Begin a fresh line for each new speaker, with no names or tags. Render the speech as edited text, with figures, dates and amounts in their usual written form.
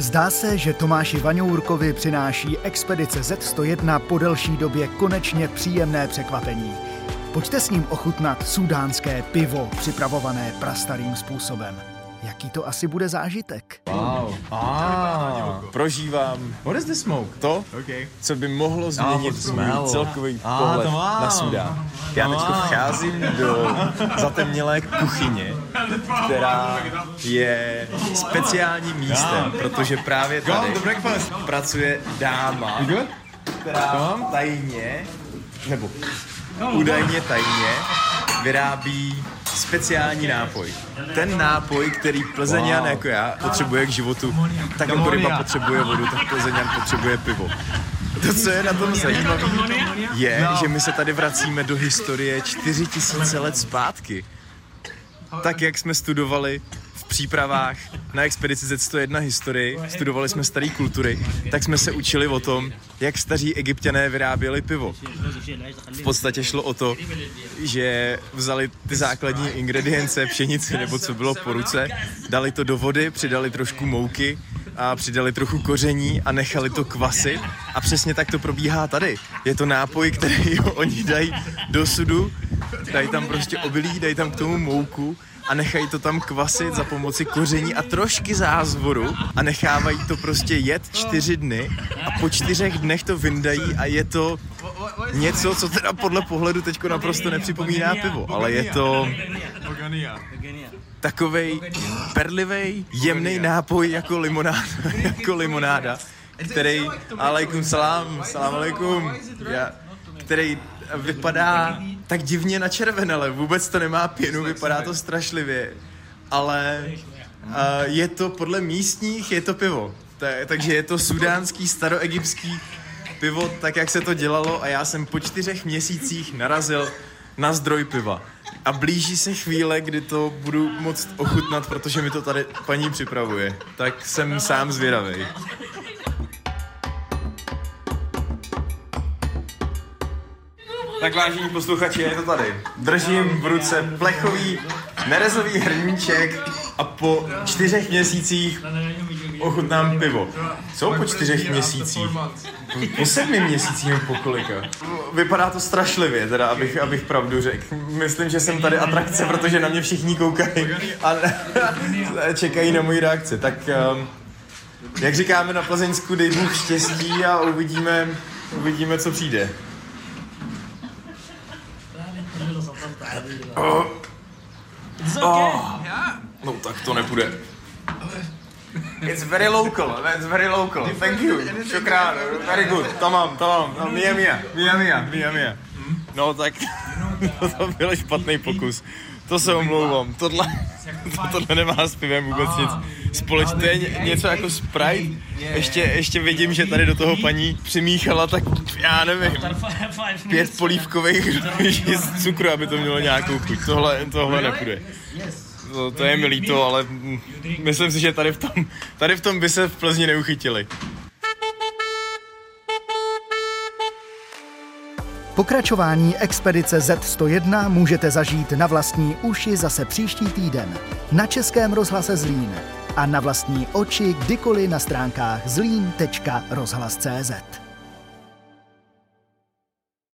Zdá se, že Tomáši Vaňourkovi přináší expedice Z101 po delší době konečně příjemné překvapení. Pojďte s ním ochutnat súdánské pivo, připravované prastarým způsobem. Jaký to asi bude zážitek?
Wow. Prožívám.
What is the smoke?
To, co by mohlo změnit můj celkový pohled na Súdán. Já teď vcházím do zatemnělé kuchyně, která je speciálním místem, protože právě tady pracuje dáma, která tajně, nebo údajně tajně, vyrábí speciální nápoj. Ten nápoj, který Plzeňan jako já potřebuje k životu, tak jako ryba potřebuje vodu, tak Plzeňan potřebuje pivo. To, co je na tom zajímavé, je, že my se tady vracíme do historie 4000 let zpátky. Tak, jak jsme studovali v přípravách na expedici Z101 historii, studovali jsme staré kultury, tak jsme se učili o tom, jak staří Egypťané vyráběli pivo. V podstatě šlo o to, že vzali ty základní ingredience, pšenici nebo co bylo po ruce, dali to do vody, přidali trošku mouky a přidali trochu koření a nechali to kvasit. A přesně tak to probíhá tady. Je to nápoj, který oni dají do sudu, dají tam prostě obilí, dají tam k tomu mouku a nechají to tam kvasit za pomoci koření a trošky zázvoru a nechávají to prostě jet 4 dny a po 4 dnech to vyndají a je to něco, co teda podle pohledu teďko naprosto nepřipomíná pivo, ale je to takovej perlivej, jemnej nápoj jako limonáda, který, alejkum salam alejkum, který vypadá tak divně načervenale, vůbec to nemá pěnu, vypadá to strašlivě, ale je to podle místních, je to pivo, takže je to súdánský, staroegyptský pivo, tak jak se to dělalo a já jsem po 4 měsících narazil na zdroj piva. A blíží se chvíle, kdy to budu moct ochutnat, protože mi to tady paní připravuje. Tak jsem sám zvědavej. Tak vážení posluchači, je to tady. Držím v ruce plechový nerezový hrníček a po 4 měsících ochutnám pivo. Co po 4 měsících? Po 7 měsících po kolika? Vypadá to strašlivě, teda, abych pravdu řekl. Myslím, že jsem tady atrakce, protože na mě všichni koukají a čekají na moji reakci. Tak jak říkáme na Plzeňsku, dej Bůh štěstí a uvidíme, co přijde. No tak to nepůjde. It's very local. Thank you. Šukrán. Very good. Tamam. Mia. No tak to byl špatný pokus. To se omlouvám. Tohle nemá s pivem vůbec nic společného. To je něco jako Sprite. Ještě vidím, že tady do toho paní přimíchala tak, já nevím, 5 polívkových z cukru, aby to mělo nějakou chuť. Tohle nepůjde. To je mi líto, ale myslím si, že tady v tom by se v Plzni neuchytili.
Pokračování expedice Z101 můžete zažít na vlastní uši zase příští týden na Českém rozhlase Zlín a na vlastní oči kdykoliv na stránkách zlín.rozhlas.cz.